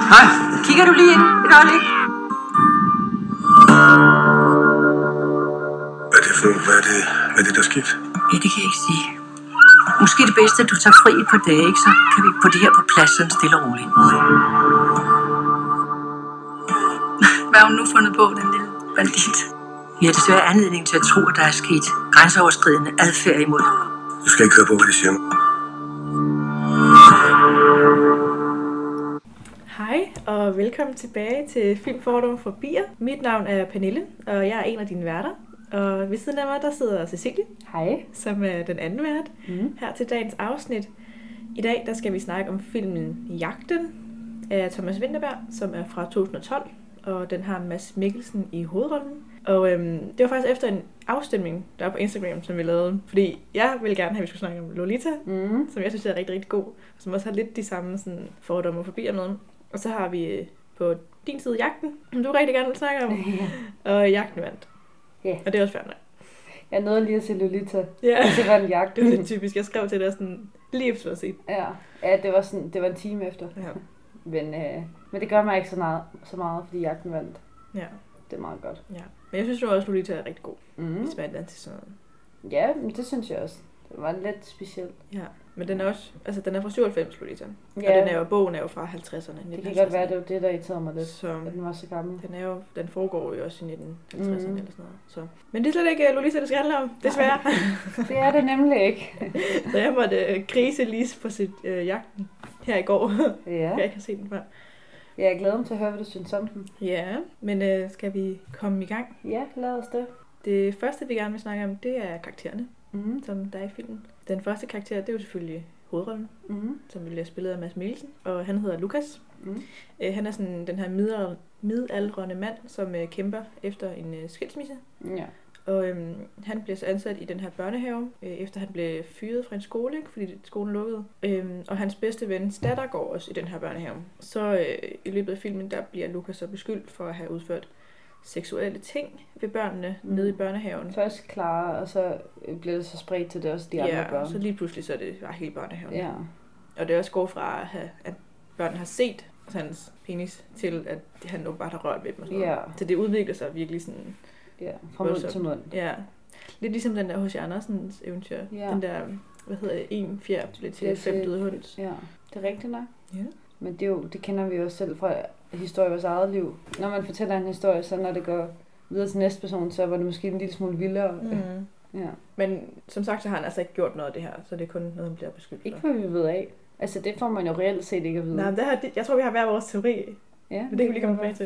Hej. Kigger du lige ind et øjeblik? Hvad er det, der er sket? Ja, det kan jeg ikke sige. Måske det bedste, at du tager fri et par dage, ikke? Så kan vi få det her på plads, sådan stille og roligt. Hvad har hun nu fundet på, den lille bandit? Vi har desværre anledning til at tro, at der er sket grænseoverskridende adfærd imod. Du skal ikke høre på, hvad de siger. Hej og velkommen tilbage til Film, Fordomme og Fobier. Mit navn er Pernille, og jeg er en af dine værter. Og ved siden af mig, der sidder Cecilie. Hej. Som er den anden vært her til dagens afsnit. I dag der skal vi snakke om filmen Jagten af Thomas Vinterberg, som er fra 2012. Og den har Mads Mikkelsen i hovedrollen. Og det var faktisk efter en afstemning, der var på Instagram, som vi lavede. Fordi jeg ville gerne have, at vi skulle snakke om Lolita, som jeg synes er rigtig, rigtig god. Som også har lidt de samme sådan, fordomme og fobier med. Og så har vi på din side Jagten, som du rigtig gerne vil snakke om. Og Jagten vandt. Ja. Og det er også færdigt. Jeg nåede lige at se Lolita. Ja. Det var en jagt. Det var lidt typisk. Jeg skrev til dig sådan lige efter at se. Ja, det var en time efter. Ja. Men det gør mig ikke så meget, fordi jagten vandt. Ja. Det er meget godt. Ja. Men jeg synes jo også, at Lolita er rigtig god. Mm. Til sådan noget. Ja, men det synes jeg også. Det var lidt specielt. Ja, men den er også, altså den er fra 97, Lolita. Ja. Og den er jo, bogen er jo fra 50'erne. Det kan godt være, det var det, der irriterede mig lidt, så, at den var så gammel. Den foregår jo også i 1950'erne eller sådan noget. Så. Men det er slet ikke Lolita, det skal handle om, desværre. Det er det nemlig ikke. Så jeg måtte krise Lise på sit Jagten her i går. Ja. Jeg ikke har set den før. Jeg glæder mig til at høre, hvad du synes om den. Ja, men skal vi komme i gang? Ja, lad os det. Det første, vi gerne vil snakke om, det er karaktererne, som der er i filmen. Den første karakter, det er jo selvfølgelig hovedrollen, som bliver spillet af Mads Mikkelsen, og han hedder Lukas. Han er sådan den her midaldrende mand, som kæmper efter en skilsmisse. Ja. Og han bliver så ansat i den her børnehave, efter han blev fyret fra en skole, fordi skolen lukkede. Og hans bedste ven, datter, går også i den her børnehave. Så i løbet af filmen, der bliver Lukas så beskyldt for at have udført seksuelle ting ved børnene nede i børnehaven. Først Clara, og så bliver det så spredt til det også de andre børn. Ja, så lige pludselig så er det bare hele børnehaven. Ja. Og det også går fra, at børnene har set hans penis, til at han nu bare har rørt ved dem. Og sådan noget. Så det udvikler sig virkelig sådan... Ja, fra mund til mund. Ja. Lidt ligesom den der H.C. Andersens eventyr. Ja. Den der, en fjer blev til 5 døde hund. Ja, det er rigtigt nok. Ja. Men det kender vi jo også selv fra historie i vores eget liv. Når man fortæller en historie, så når det går videre til næste person, så var det måske en lille smule vildere. Ja. Men som sagt, så har han altså ikke gjort noget af det her, så det er kun noget, han bliver beskyldt for. Ikke hvad vi ved af. Altså det får man jo reelt set ikke at vide. Nej, jeg tror, vi har hver vores teori. Ja, men det kan vi lige komme tilbage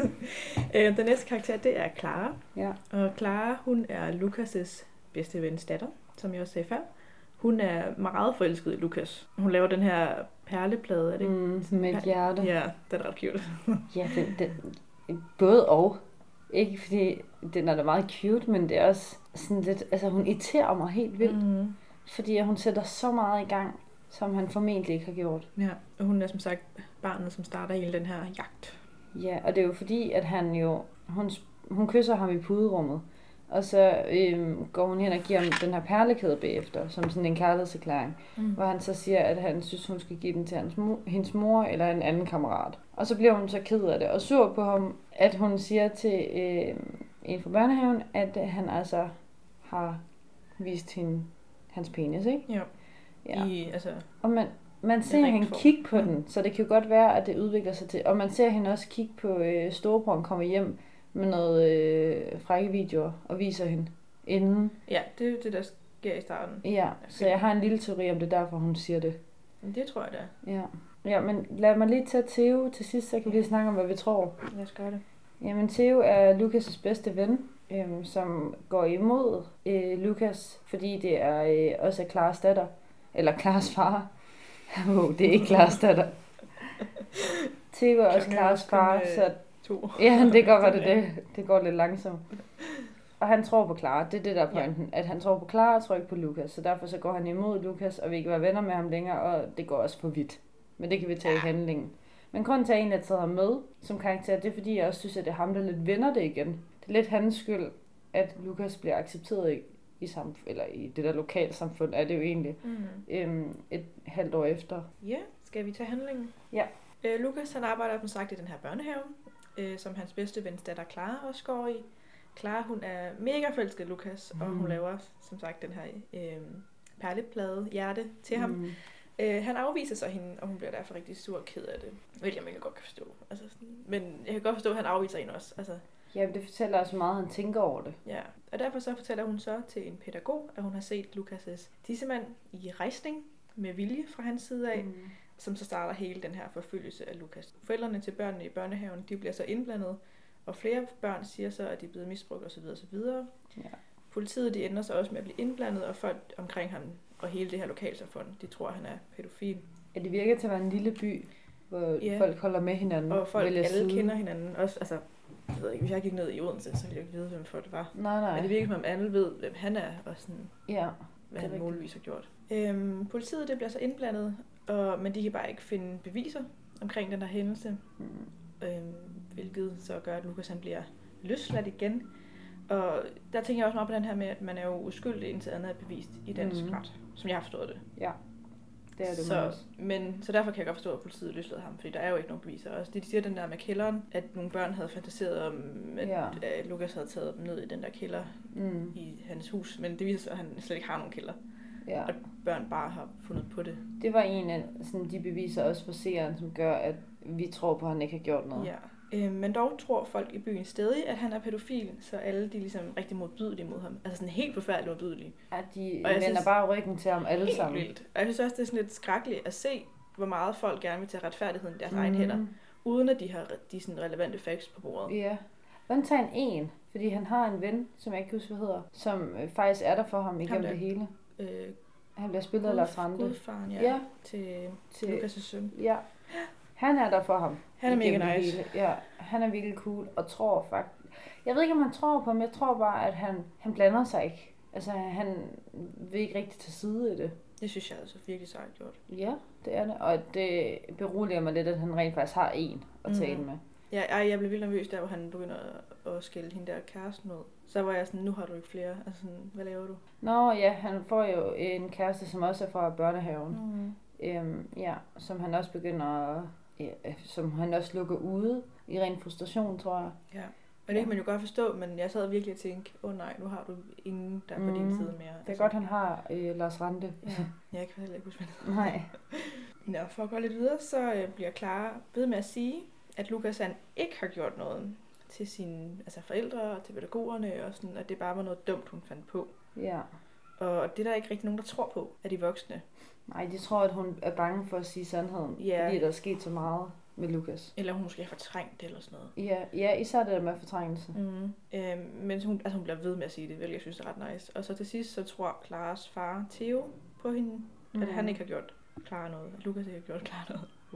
til. Den næste karakter, det er Clara. Ja. Og Clara, hun er Lukas' bedste vens datter, som jeg også sagde før. Hun er meget forelsket i Lukas. Hun laver den her perleplade, er det ikke? Med et hjerte. Ja, den er ret cute. Ja, den både og. Ikke fordi den er da meget cute, men det er også sådan lidt... Altså hun irriterer mig helt vildt. Fordi hun sætter så meget i gang, som han formentlig ikke har gjort. Ja, og hun er som sagt barnet, som starter hele den her jagt. Ja, og det er jo fordi, at han jo... Hun kysser ham i puderummet, og så går hun hen og giver ham den her perlekæde bagefter, som sådan en kærlighedserklæring, hvor han så siger, at han synes, hun skal give den til hendes mor eller en anden kammerat. Og så bliver hun så ked af det og sur på ham, at hun siger til en fra børnehaven, at han altså har vist hende hans penis, ikke? Jo. Ja. Altså, og man ser hende kigge på den, så det kan jo godt være, at det udvikler sig til... Og man ser hende også kigge på storebroren kommer hjem med noget frække videoer og viser hende inden. Ja, det er det, der sker i starten. Ja, så jeg har en lille teori om det, derfor hun siger det. Det tror jeg da. Ja. Ja, men lad mig lige tage Theo til sidst, så kan vi lige snakke om, hvad vi tror. Lad os gøre det. Jamen, Theo er Lukas' bedste ven, som går imod Lukas, fordi det er også Claras datter. Eller Claras far. Det er ikke Claras datter. Theo er også Claras far, så... Ja, det går godt det går lidt langsomt. Og han tror på Clara, det er det der er pointen. At han tror på Clara og tror ikke på Lukas. Så derfor så går han imod Lukas, og vil ikke være venner med ham længere, og det går også for vidt. Men det kan vi tage i handlingen. Men grunden til, at jeg egentlig har taget ham med som karakter, det er fordi, jeg også synes, at det er ham, der lidt vender det igen. Det er lidt hans skyld, at Lukas bliver accepteret i det der lokalsamfund, er det jo egentlig et halvt år efter. Ja, skal vi tage handlingen? Ja. Lukas han arbejder som sagt i den her børnehave, som hans bedste vens datter Clara også går i. Clara hun er mega forelsket Lukas, og hun laver som sagt den her perleplade hjerte til ham. Han afviser så hende, og hun bliver derfor rigtig sur og ked af det. Hvilket jeg virkelig godt kan forstå. Altså sådan, men jeg kan godt forstå, at han afviser hende også. Altså, ja, det fortæller også meget, han tænker over det. Ja, og derfor så fortæller hun så til en pædagog, at hun har set Lukas' tissemand i rejsning med vilje fra hans side af, som så starter hele den her forfølgelse af Lukas. Forældrene til børnene i børnehaven, de bliver så indblandet, og flere børn siger så, at de er blevet misbrugt osv. osv. Ja. Politiet de ender så også med at blive indblandet, og folk omkring ham og hele det her lokalsamfund, de tror, at han er pædofil. Ja, det virker til at være en lille by, hvor folk holder med hinanden. Og folk alle kender hinanden. Også, altså, jeg ved ikke, hvis jeg gik ned i Odense, så ville jeg ikke vide, hvem folk var. Nej. Men det virker som om alle ved, hvem han er, og sådan, hvad han rigtigt. muligvis har gjort. Politiet det bliver så indblandet, men de kan bare ikke finde beviser omkring den her hændelse. Hvilket så gør, at Lukas han bliver løsladt igen. Og der tænker jeg også meget på den her med, at man er jo uskyldig indtil andet er bevist i dansk ret, som jeg har forstået det. Ja, det er det så derfor kan jeg godt forstå, at politiet løslede ham, fordi der er jo ikke nogen beviser. Også det, de siger den der med kælderen, at nogle børn havde fantaseret om, at Lukas havde taget dem ned i den der kælder i hans hus, men det viser sig, at han slet ikke har nogen kælder. Ja. Og børn bare har fundet på det. Det var en af sådan, de beviser også for seeren, som gør, at vi tror på, at han ikke har gjort noget. Ja. Men dog tror folk i byen stadig, at han er pædofil, så alle de er ligesom rigtig modbydelige mod ham. Altså sådan helt forfærdeligt modbydelige. At de vender bare ryggen til ham alle sammen. Vildt. Og jeg synes også, det er sådan lidt skrækkeligt at se, hvor meget folk gerne vil tage retfærdigheden i deres egen hænder, uden at de har de sådan relevante facts på bordet. Ja. Undtagen en, fordi han har en ven, som jeg ikke husker, hvad hedder, som faktisk er der for ham igennem det hele. Han bliver spillet af Lars Rante. Gudfaren, ja. Til Lukas' søn. Ja. Han er der for ham. Han er mega nice. Ja, han er virkelig cool og tror faktisk... Jeg ved ikke, om han tror på, men jeg tror bare, at han blander sig ikke. Altså, han vil ikke rigtig tage side i det. Det synes jeg altså virkelig sejt gjort. Ja, det er det. Og det beroliger mig lidt, at han rent faktisk har en at tale med. Ja, jeg blev vildt nervøs der, hvor han begynder at skælde hende der kæresten ud. Så var jeg sådan, nu har du ikke flere. Altså sådan, hvad laver du? Nå ja, han får jo en kæreste, som også er fra børnehaven. Som han også begynder som han også lukker ude i ren frustration, tror jeg. Ja, og det kan man jo godt forstå, men jeg sad virkelig og tænkte, nej, nu har du ingen, der er på din side mere. Det er godt, han har Lars Rante. Ja, jeg kan heller ikke huske, hvad nej. Nå, for at gå lidt videre, så bliver Clara ved med at sige, at Lukas han ikke har gjort noget til sine forældre og til pædagogerne, og sådan, at det bare var noget dumt, hun fandt på. Ja. Og det er der ikke rigtig nogen, der tror på af de voksne. Nej, de tror, at hun er bange for at sige sandheden, fordi der er sket så meget med Lukas. Eller hun måske har fortrængt det eller sådan noget. Ja, især det der med fortrængelse. Men hun bliver ved med at sige det, hvilket jeg synes er ret nice. Og så til sidst, så tror Claras far Theo på hende, at han ikke har gjort Clara noget. At Lukas ikke har gjort Clara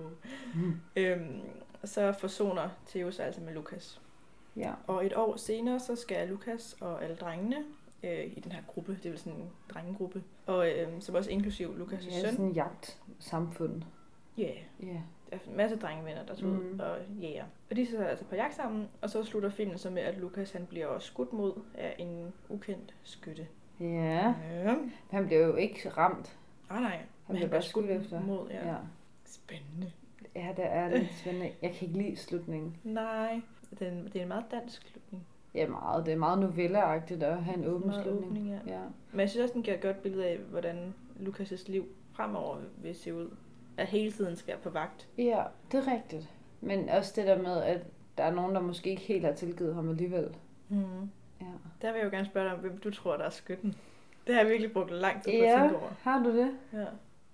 noget. Så forsoner Theo sig altså med Lukas. Ja. Og et år senere, så skal Lukas og alle drengene i den her gruppe, det er vel sådan en drengegruppe, og som også inklusiv Lukas' søn. Ja, sådan en jagtsamfund. Ja. Der er en masse drengevenner, der tog ud og jæger. Og de så altså på jagt sammen, og så slutter filmen så med, at Lukas han bliver også skudt mod af en ukendt skytte. Ja. Han bliver jo ikke ramt. Nej. Han bliver bare skudt efter. Mod, ja. Spændende. Ja, det er lidt spændende. Jeg kan ikke lide slutningen. Nej, det er en meget dansk slutning. Ja, meget. Det er meget novelleagtigt at have en åben slutning. Ja. Men jeg synes også, den giver et godt billede af, hvordan Lukas' liv fremover vil se ud. At hele tiden skal på vagt. Ja, det er rigtigt. Men også det der med, at der er nogen, der måske ikke helt har tilgivet ham alligevel. Ja. Der vil jeg jo gerne spørge dig om, hvem du tror, der er skytten. Det har jeg virkelig brugt lang tid på at tænke over. Har du det? Ja.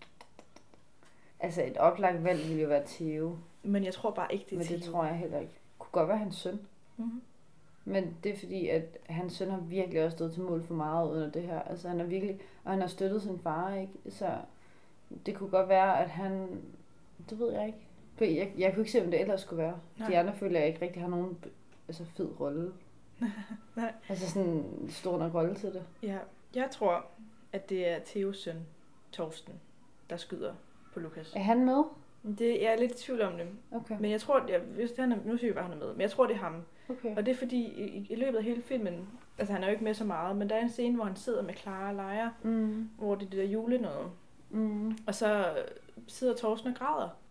Altså et oplagt valg ville jo være Theo. Men jeg tror bare ikke, det er Theo. Men det tror jeg heller ikke. Kunne godt være hans søn. Men det er fordi, at hans søn har virkelig også stået til mål for meget under det her. Altså han er virkelig, og han har støttet sin far, ikke? Så det kunne godt være, at han, det ved jeg ikke. Jeg kunne ikke se, om det ellers skulle være. Nej. De andre føler, jeg ikke rigtig har nogen fed rolle. Nej. Altså sådan en stor nok rolle til det. Ja, jeg tror, at det er Theos søn, Torsten, der skyder på Lukas. Er han med? Jeg er lidt i tvivl om det. Okay. Men jeg tror, nu siger vi bare, han er med, men jeg tror, det er ham. Okay. Og det er fordi, i løbet af hele filmen, altså han er jo ikke med så meget, men der er en scene, hvor han sidder med Clara og leger, hvor det er det der julenøde. Og så sidder Torsten og græder.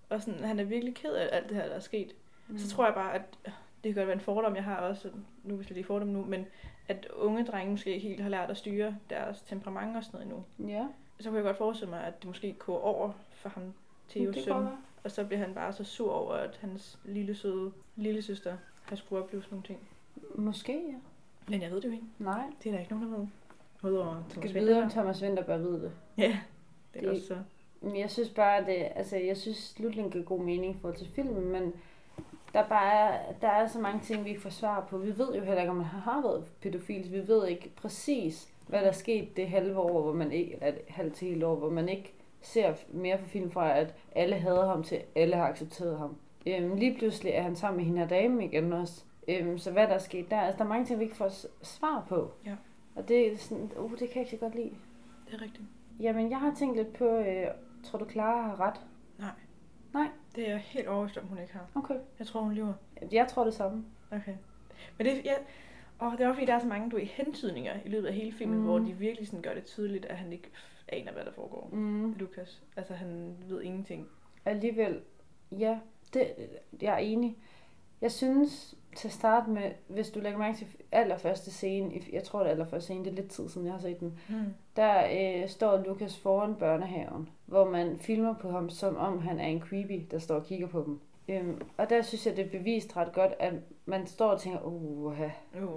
og sådan, han er virkelig ked af alt det her, der er sket. Så tror jeg bare, at det kan godt være en fordom, jeg har også, nu hvis jeg lige fordom nu, men at unge drenge måske ikke helt har lært at styre deres temperament og sådan noget endnu. Ja. Så kunne jeg godt forestille mig, at det måske går over for ham, Theos søn. Og så bliver han bare så sur over, at hans lille søde lillesøster har skulle opleve sådan nogle ting. Måske, ja. Men jeg ved det jo ikke. Nej. Det er der ikke nogen, der ved. Udover Skal vi vide, om Thomas Vinterberg ved det? Ja, det er også så. Men jeg synes bare, jeg synes slutningen giver god mening i forhold til filmen, men der er så mange ting, vi ikke får svar på. Vi ved jo heller ikke, om han har været pædofil. Vi ved ikke præcis, hvad der er sket det halve år, hvor man ikke, eller et halvt til hele år, hvor man ikke ser mere for film fra, at alle hader ham til, alle har accepteret ham. Lige pludselig er han sammen med hende her dame igen også. Så hvad der er sket der? Altså, der er mange ting, vi ikke får svar på. Ja. Og det er sådan, det kan jeg ikke så godt lide. Det er rigtigt. Jamen, jeg har tænkt lidt på, tror du Clara har ret? Nej. Det er jeg helt overbevist om, hun ikke har. Okay. Jeg tror, hun lyver. Jeg tror det samme. Okay. Men det, det er også fordi, der er så mange hentydninger i løbet af hele filmen, hvor de virkelig sådan gør det tydeligt, at han ikke aner, hvad der foregår. Lukas. Altså, han ved ingenting. Alligevel, ja, jeg er enig. Jeg synes, til at starte med, hvis du lægger mærke til allerførste scene, jeg tror det er allerførste scene, det er lidt tid siden, jeg har set den, der står Lukas foran børnehaven, hvor man filmer på ham, som om han er en creepy, der står og kigger på dem. Og der synes jeg, det er bevist ret godt, at man står og tænker,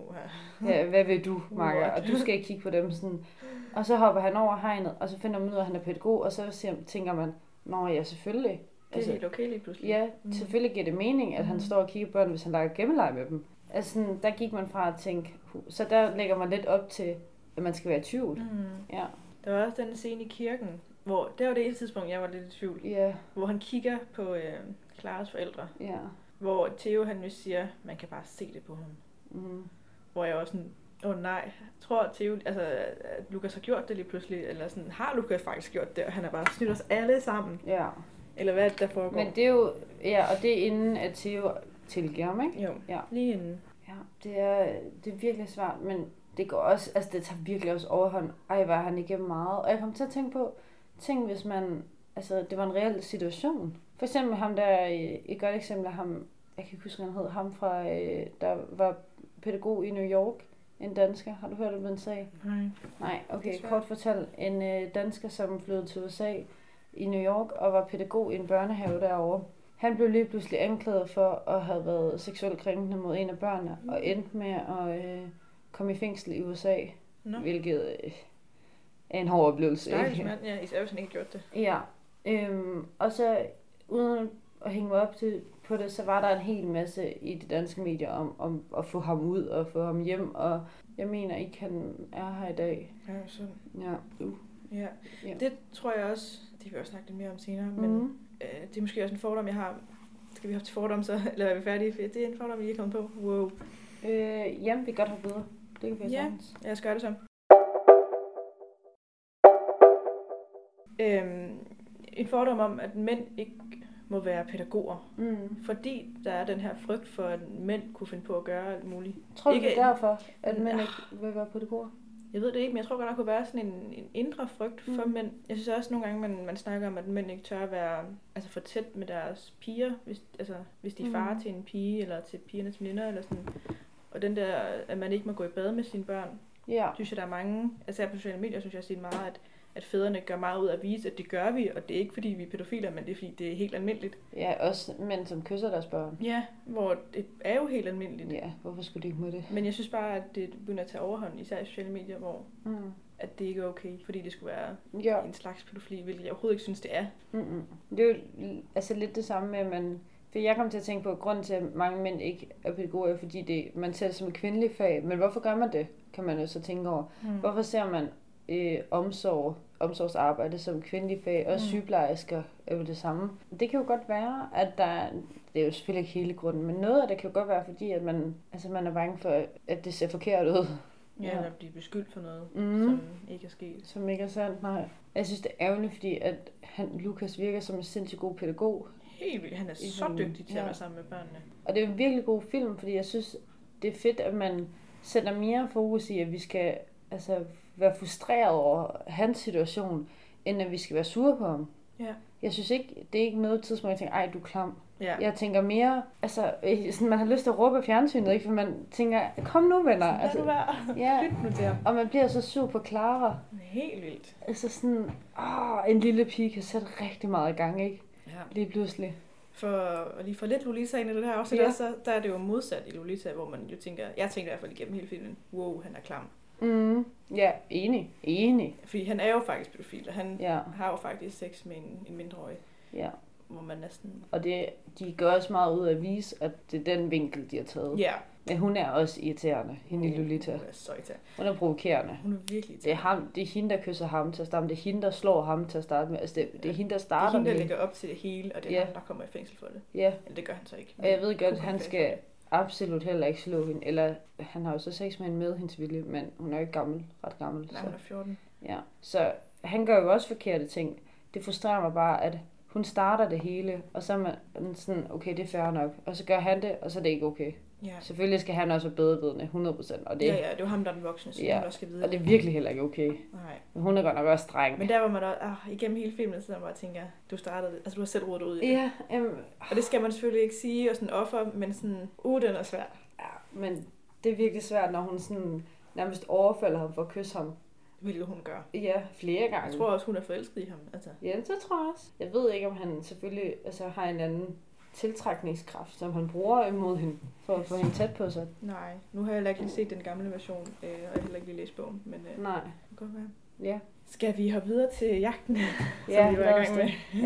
ja, hvad vil du, Marker? Og du skal ikke kigge på dem sådan. Og så hopper han over hegnet, og så finder man ud af, at han er pædagog, og så tænker man, nå ja, selvfølgelig. Det er helt okay lige pludselig. Ja, selvfølgelig giver det mening, at han står og kigger på børn, hvis han leger gemmeleg med dem. Altså, der gik man fra at tænke, så der lægger man lidt op til, at man skal være i tvivl. Ja. Der var også den scene i kirken, hvor det var det eneste tidspunkt, jeg var lidt i tvivl. Ja. Hvor han kigger på Claras forældre. Ja. Hvor Theo han siger, man kan bare se det på ham. Hvor jeg var sådan, nej, tror Theo, altså at Lukas har gjort det lige pludselig, eller sådan, har Lukas faktisk gjort det, og han har bare snydt os alle sammen. Ja. Eller hvad der foregår. Men det er jo, ja, og det er inden, at Theo tilgiver ham, ikke? Jo, ja. Lige inden. Ja, det er virkelig svært, men det går også, altså det tager virkelig også overhånd. Ej, var han igennem meget. Og jeg kom til at tænke på, hvis man, altså det var en reel situation. For eksempel ham der, et godt eksempel af ham, jeg kan ikke huske, hvad han hed, ham fra, der var pædagog i New York, en dansker. Har du hørt om den sag? Nej, okay, kort fortalt. En dansker, som flyttede til USA i New York og var pædagog i en børnehave derovre. Han blev lige pludselig anklaget for at have været seksuelt krænkende mod en af børnene, og endte med at komme i fængsel i USA, hvilket er en hård oplevelse. Stakkels mand, ja, især hvis han ikke gjort det. Ja, og så uden at hænge mig op på det, så var der en hel masse i de danske medier om at få ham ud og få ham hjem, og jeg mener ikke, han er her i dag. Ja, sådan. Ja. Ja, det tror jeg også, det vil jeg også snakke lidt mere om senere, men det er måske også en fordom, jeg har. Skal vi have til fordom så, eller er vi færdige? For det er en fordom, vi er kommet på. Wow. Jamen, vi kan godt have videre. Det kan vi sagtens. Ja, jeg skal gøre det så. En fordom om, at mænd ikke må være pædagoger. Fordi der er den her frygt for, at mænd kunne finde på at gøre alt muligt. Tror du, det er derfor, at mænd ikke vil være pædagoger? Jeg ved det ikke, men jeg tror godt, der kunne være sådan en indre frygt for mænd. Jeg synes også nogle gange, man snakker om, at mænd ikke tør at være for tæt med deres piger, hvis de er far til en pige, eller til pigernes veninder, eller sådan. Og den der, at man ikke må gå i bad med sine børn. Ja. Synes jeg, der er mange, altså på sociale medier, synes jeg set meget, at fædrene gør meget ud af at vise, at det gør vi, og det er ikke fordi, vi er pædofiler, men det er fordi, det er helt almindeligt. Ja, også mænd, som kysser deres børn. Ja, hvor det er jo helt almindeligt. Ja, hvorfor skulle de ikke må det? Men jeg synes bare, at det begynder at tage overhånd, især i sociale medier, hvor at det ikke er okay, fordi det skulle være en slags pædofili, hvilket jeg overhovedet ikke synes, det er. Det er jo altså lidt det samme med, at man... For jeg kom til at tænke på, at grunden til, at mange mænd ikke er pædagoger, fordi man ser det som et kvindeligt fag. Men hvorfor gør man det, kan man jo så tænke over. Hvorfor ser man omsorgsarbejde som kvindeligt fag, og sygeplejersker er jo det samme. Det kan jo godt være, at det er jo selvfølgelig ikke hele grunden, men noget af det kan jo godt være, fordi at man er bange for, at det ser forkert ud. Ja, eller blive beskyldt for noget, som ikke er sket. Som ikke er sandt, nej. Jeg synes, det er ærgerligt, fordi at Lukas virker som en sindssygt god pædagog. Helt vildt. Han er så dygtig til at være sammen med børnene. Og det er en virkelig god film, fordi jeg synes, det er fedt, at man sætter mere fokus i, at vi skal være frustreret over hans situation, end at vi skal være sure på ham. Ja. Jeg synes ikke, det er ikke noget tidspunkt, jeg tænker, ej, du er klam. Ja. Jeg tænker mere, altså, sådan, man har lyst til at råbe af fjernsynet, ikke? For man tænker, kom nu, venner. Lad Altså, du være. ja. Lyt nu til ham. Og man bliver så sur på Clara. Helt vildt. Altså sådan, en lille pige kan sætte rigtig meget i gang, ikke? Ja. Lige pludselig. For at lige få lidt Lolita ind i det her afsnit, Ja. så der er det jo modsat i Lolita, hvor man jo tænker, jeg tænkte i hvert fald igennem hele filmen, wow, han er klam. Ja, enig. Fordi han er jo faktisk pædofil, og han Ja. har jo faktisk sex med en mindreårig, Ja. hvor man næsten... Og de gør også meget ud af at vise, at det er den vinkel, de har taget. Ja. Men hun er også irriterende, hende i Lolita. Hun er så irriterende. Hun er provokerende. Hun er virkelig Det er, ham, det er hende, der kysser ham til at starte med. Det er hende, der slår ham til at starte med. Altså, det er hende, der Det er starter hende, der med. lægger op til det hele, og det er Ja. ham, der kommer i fængsel for det. Ja, Eller det gør han så ikke. og jeg ved godt, Hun han kommer skal absolut heller ikke slå hende. Eller han har jo så sex med hende med hendes vilje, men hun er jo ikke gammel, ret gammel. Nej, hun er 14. Ja, så han gør jo også forkerte ting. Det frustrerer mig bare, at hun starter det hele, og så er man sådan, okay, det er fair nok. Og så gør han det, og så er det ikke okay. Ja. Selvfølgelig skal han også være bedrevidende, 100%. Og det, Ja, det er jo ham, der er den voksne, så Ja, hun også skal vide og det er virkelig heller ikke okay. Nej. Men hun er godt nok også streng. Men der var man også, igennem hele filmen, så man bare tænker, du startede det. Altså, du har selv rodet ud i det. Ja, Og det skal man selvfølgelig ikke sige, og sådan offer, men sådan, den er svær. ja, men det er virkelig svært, når hun sådan nærmest overfalder ham for at kysse ham. Hvilket hun gør. Ja, flere gange. Jeg tror også, hun er forelsket i ham. Altså. Ja, det tror jeg også. Jeg ved ikke, om han selvfølgelig har en anden tiltrækningskraft, som han bruger imod hende, for at få hende tæt på sig. Nej, nu har jeg heller ikke lige set den gamle version, og jeg har heller ikke lige læst bogen, men Nej. det kan godt være. Ja. Skal vi hoppe videre til jagten, Ja, som vi var lad i os gang med? det.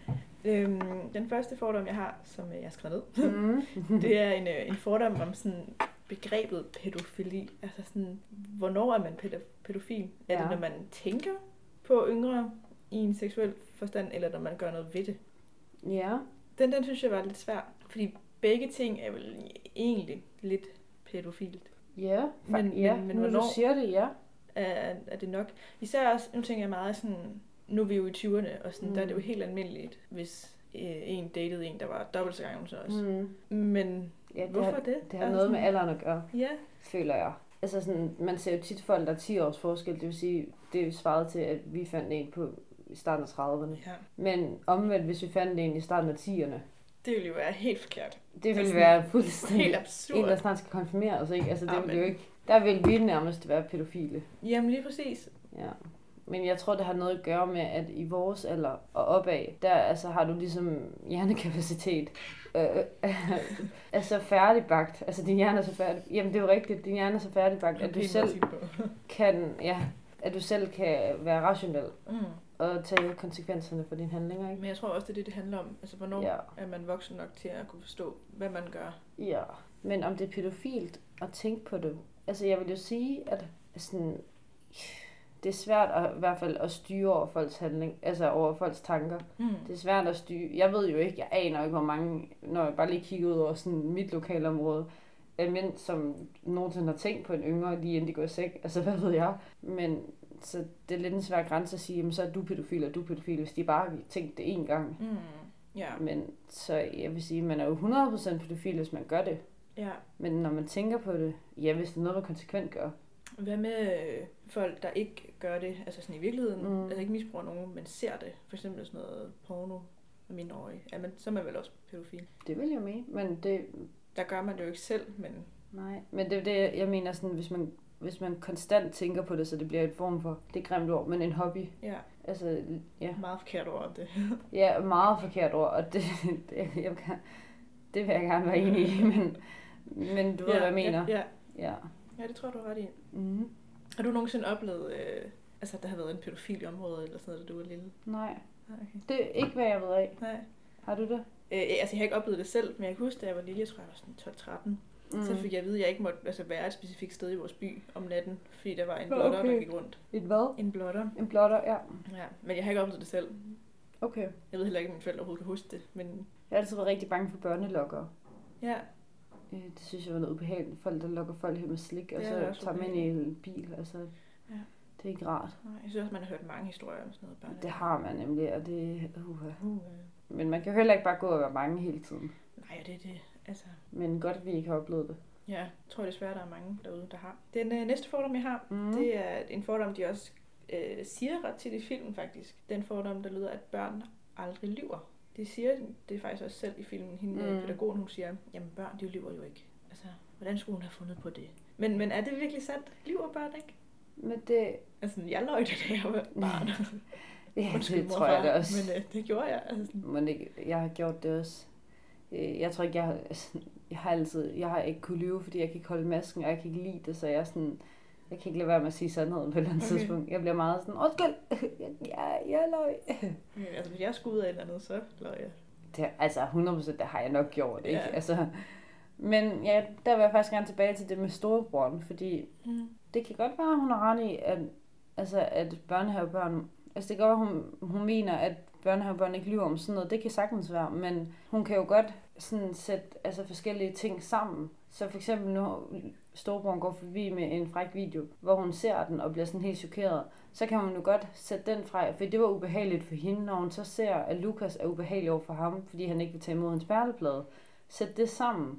Ja. Den første fordom, jeg har, som jeg har skrevet ned, Mm. det er en fordom om sådan begrebet pædofili. Altså sådan, hvornår er man pædofil? Er det, Ja. når man tænker på yngre i en seksuel forstand, eller når man gør noget ved det? Ja. Den synes jeg var lidt svær, fordi begge ting er vel egentlig lidt pædofilt. Ja, Men nu hvornår- du siger det, ja. Er det nok? Især også, nu tænker jeg meget sådan, nu er vi jo i 20'erne, og sådan, der er det jo helt almindeligt, hvis en datede en, der var dobbelt så gammel som os. Men Ja, hvorfor det? Det har Altså noget med sådan- alderen at gøre, Ja, føler jeg. Altså sådan, man ser jo tit folk, der er 10 års forskel, det vil sige, det er jo svaret til, at vi fandt en på i starten af 30'erne. ja. Men omvendt, hvis vi fandt en i starten af 10'erne, Det ville jo være helt forkert. det ville Altså, være fuldstændig Helt en, absurd. der snart skal konfirmeres, ikke? Altså, det Ja, ville jo men- ikke... Der vil vi nærmest være pædofile. Jamen lige præcis. Ja. Men jeg tror, det har noget at gøre med, at i vores alder og opad, der altså, har du ligesom hjernekapacitet. Altså færdigbagt. Altså din hjerne er så færdig. Jamen det er jo rigtigt, din hjerne er så færdigbagt, at du selv kan, at du selv kan være rationel og tage konsekvenserne for dine handlinger, ikke? Men jeg tror også, det er det, det handler om. Altså, hvornår er man voksen nok til at kunne forstå, hvad man gør? Ja, men om det er pædofilt at tænke på det. Altså jeg vil jo sige, at sådan, det er svært at, i hvert fald at styre over folks handling, altså over folks tanker. Det er svært at styre. Jeg ved jo ikke, jeg aner ikke, hvor mange, når jeg bare lige kigger ud over sådan mit lokalområde, af mænd, som nogensinde har tænkt på en yngre, lige inden de går i seng. Altså, hvad ved jeg? Men så det er lidt en svær grænse at sige, jamen, så er du pædofil, og du er pædofil, hvis de bare har tænkt det én gang. Ja. Men så jeg vil sige, man er jo 100% pædofil, hvis man gør det. Ja. Men når man tænker på det, ja, hvis det er noget, man konsekvent gør. Hvad med folk, der ikke gør det, altså sådan i virkeligheden, altså ikke misbruger nogen, men ser det, for eksempel sådan noget porno af mindreårige, så er man vel også pædofil. Det vil jeg mene, men det... Der gør man det jo ikke selv, men... Nej, men det er det, jeg mener sådan, hvis man konstant tænker på det, så det bliver en form for, det er grimt ord, men en hobby. Ja. Altså, ja. Meget forkert ord, det. Ja, meget forkert ord, og det vil jeg gerne være enig i, men du ved, hvad jeg mener. Ja, det tror jeg, du har ret i. Mm. Har du nogensinde oplevet, at der har været en pædofil i området, eller sådan noget, da du var lille? Nej. Okay. Det er ikke, hvad jeg ved af. Nej. Har du det? Jeg har ikke oplevet det selv, men jeg kan huske, da jeg var lille, jeg tror, jeg var sådan 12-13, så fik jeg at vide, at jeg ikke måtte være et specifikt sted i vores by om natten, fordi der var en blotter, der gik rundt. Et hvad? En blotter. En blotter, ja. Ja, men jeg har ikke oplevet det selv. Okay. Jeg ved heller ikke, om mine forældre overhovedet kan huske det, men... Jeg har altid været rigtig bange for børnelokkere. Ja. Det synes jeg var noget ubehageligt. Folk, der lokker folk hen med slik, og Ja, så tager man ind i en bil. Altså, ja. Det er ikke rart. Nej, jeg synes også, man har hørt mange historier om sådan noget børn. Det har man nemlig, og det Men man kan jo heller ikke bare gå og være bange hele tiden. Nej, det er det. Altså... Men godt, at vi ikke har oplevet det. Ja, jeg tror desværre, der er mange derude, der har. Den næste fordom, jeg har, det er en fordom, de også siger ret tit i filmen faktisk. Den fordom, der lyder, at børn aldrig lyver. De siger det faktisk også selv i filmen. Hende pædagogen, hun siger, jamen børn, de lyver jo ikke. Altså, hvordan skulle hun have fundet på det? Men er det virkelig sandt? Lyver børn ikke? Men det... Altså, jeg løg det, da jeg var barn. Ja, Undskyld, det tror jeg det også. Men det gjorde jeg. Altså. Men jeg har gjort det også. Jeg tror ikke, jeg har ikke kunne lyve, fordi jeg kan ikke holde masken, og jeg kan ikke lide det, så jeg kan ikke lade være med at sige sandheden på et eller andet tidspunkt. Jeg bliver meget sådan, undskyld, jeg løg. Altså, hvis jeg skulle ud af et eller andet, så løg jeg. Det, altså, 100% det har jeg nok gjort, ikke? Ja. Altså, men ja, der vil jeg faktisk gerne tilbage til det med storebroren, fordi det kan godt være, at hun har ret i, at børnehavebørn... Altså det kan godt være, hun mener, at børnehavebørn ikke lyver om sådan noget. Det kan sagtens være, men hun kan jo godt sådan sætte forskellige ting sammen. Så for eksempel nu storebroren går forbi med en fræk video, hvor hun ser den og bliver sådan helt chokeret. Så kan hun jo godt sætte den fra, for det var ubehageligt for hende, når hun så ser, at Lukas er ubehagelig over for ham, fordi han ikke vil tage imod hans perleplade. Sæt det sammen.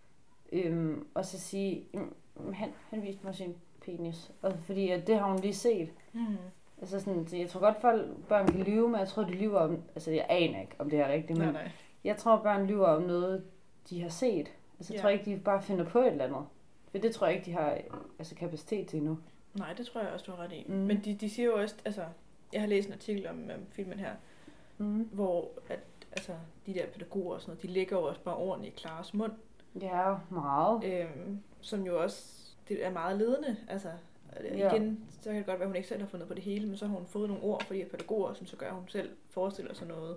Og så sige, han viste mig sin penis. Og fordi at det har hun lige set. Altså sådan, jeg tror godt, at børn kan lyve, men jeg tror, de lyver om... Altså, jeg aner ikke, om det er rigtigt, men Nej. jeg tror, børn lyver om noget, de har set. Altså, jeg tror ikke, de bare finder på et eller andet. For det tror jeg ikke, de har kapacitet til endnu. Nej, det tror jeg også, du har ret i. Men de siger jo også... Altså, jeg har læst en artikel om filmen her, hvor at, de der pædagoger og sådan noget, de ligger jo også bare ordentligt i Claras mund. Ja, meget. Som jo også... Det er meget ledende, altså... Igen, så kan det godt være, at hun ikke selv har fundet på det hele, men så har hun fået nogle ord fra de her pædagoger, som så gør, at hun selv forestiller sig noget.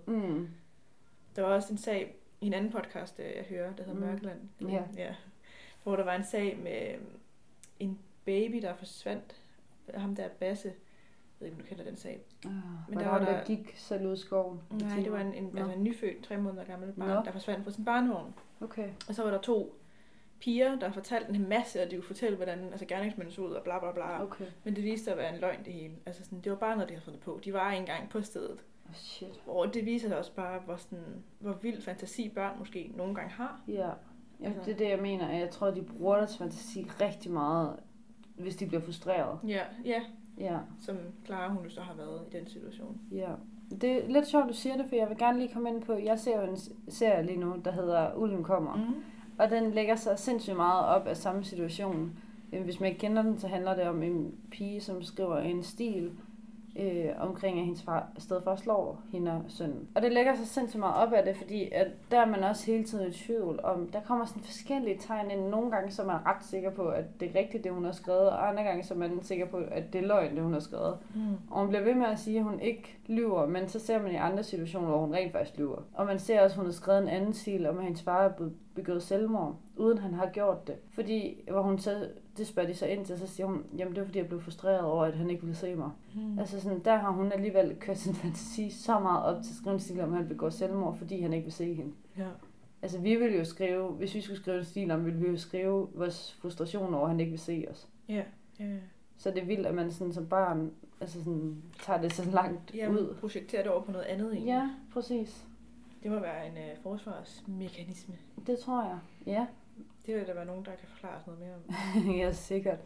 Der var også en sag i en anden podcast, jeg hører, der hedder Mørkeland. Ja. Hvor der var en sag med en baby, der forsvandt. Ham der Basse. Jeg ved ikke, om du kender den sag. Men der gik selv ud i skoven. Nej, det var en nyfødt, 3 måneder gammel barn, der forsvandt fra sin barnevogn. Okay. Og så var der 2 piger, der fortalte en masse, og de kunne fortælle, hvordan gerningsmændene så ud, og bla bla bla. Okay. Men det viste sig at være en løgn, det hele. Altså sådan, det var bare noget, de havde fundet på. De var ikke engang på stedet. Shit. Og det viser sig også bare, hvor vild fantasi børn måske nogle gange har. Ja, altså. Det er det, jeg mener. Jeg tror, de bruger deres fantasi rigtig meget, hvis de bliver frustreret. Ja. Som Clara, hun jo så har været i den situation. Ja. Det er lidt sjovt, du siger det, for jeg vil gerne lige komme ind på, jeg ser jo en serie lige nu, der hedder Ulven kommer. Og den lægger sig sindssygt meget op af samme situation. Hvis man ikke kender den, så handler det om en pige, som skriver en stil omkring, at hendes stedfar slår hende og sønnen. Og det lægger sig sindssygt meget op af det, fordi at der er man også hele tiden i tvivl om, der kommer sådan forskellige tegn ind. Nogle gange så er man ret sikker på, at det er rigtigt, det hun har skrevet, og andre gange så er man sikker på, at det er løgn, det hun har skrevet. Og hun bliver ved med at sige, at hun ikke lyver, men så ser man i andre situationer, hvor hun rent faktisk lyver. Og man ser også, at hun har skrevet en anden stil om, at hendes far er blevet begået selvmord, uden han har gjort det. Fordi, hvor hun så, det spørger de så ind til, så siger hun, jamen det var fordi, jeg blev frustreret over, at han ikke ville se mig. Altså sådan, der har hun alligevel kørt sin fantasi så meget op til at skrive en stil om, at han begår selvmord, fordi han ikke vil se hende. Ja. Altså vi ville jo skrive, hvis vi skulle skrive en stil om, ville vi jo skrive vores frustration over, at han ikke vil se os. Ja. Så det er vildt, at man sådan som barn altså sådan, tager det så langt ud. Projekterer det over på noget andet egentlig. Ja, præcis. Det må være en forsvarsmekanisme. Det tror jeg, ja. Det vil der være nogen, der kan forklare os noget mere om. Ja, sikkert.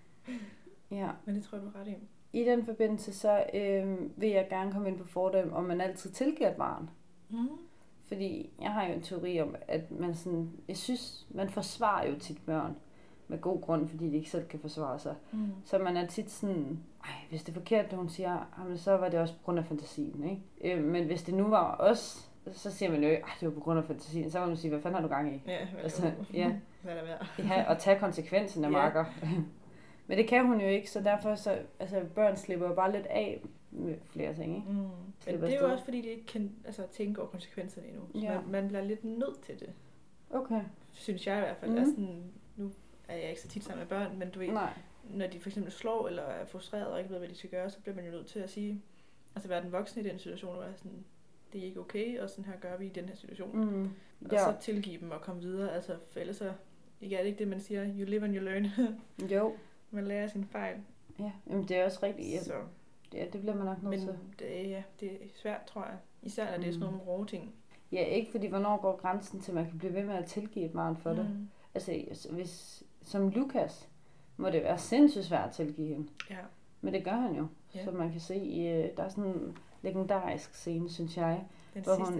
Ja. Men det tror jeg, du er ret i. I den forbindelse, så vil jeg gerne komme ind på fordom, om man altid tilgiver et barn. Fordi jeg har jo en teori om, at man sådan, jeg synes, man forsvarer jo tit børn med god grund, fordi de ikke selv kan forsvare sig. Så man er tit sådan, hvis det er forkert, det hun siger, så var det også på grund af fantasien, ikke? Men hvis det nu var os, så siger man jo, det var på grund af fantasien. Så må man sige, hvad fanden har du gang i? Ja, hvad er der værd? Ja, og tage konsekvensen af marker. Men det kan hun jo ikke, så derfor så, børn slipper jo bare lidt af med flere ting, ikke? Men det er jo også, fordi de ikke kan tænke over konsekvenserne endnu. Så man bliver lidt nødt til det. Okay. Synes jeg i hvert fald. Altså, nu er jeg ikke så tit sammen med børn, men du ved, når de for eksempel slår eller er frustreret og ikke ved, hvad de skal gøre, så bliver man jo nødt til at sige, være den voksne i den situation, og være sådan, det er ikke okay, og sådan her gør vi i den her situation. Og så tilgive dem og komme videre, for ellers så, ikke er det ikke det, man siger, you live and you learn. Jo. Man lærer sin fejl. Ja, men det er også rigtigt. Ja. Så. Ja, det bliver man nok nødt til. Men det er svært, tror jeg. Især når det er sådan nogle rå ting. Ja, ikke fordi, hvornår går grænsen til, at man kan blive ved med at tilgive et barn for det. Hvis, som Lukas, må det være sindssygt svært at tilgive hende. Ja. Men det gør han jo. Ja. Så man kan se, der er sådan en legendarisk scene, synes jeg, Den hvor sidste hun,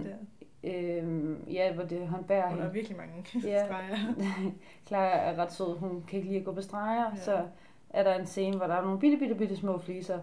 der. hvor det, han bærer Hun har hende. virkelig mange Ja. streger. Clara er ret sød, hun kan ikke lide at gå på streger, Ja. så er der en scene, hvor der er nogle bitte små fliser,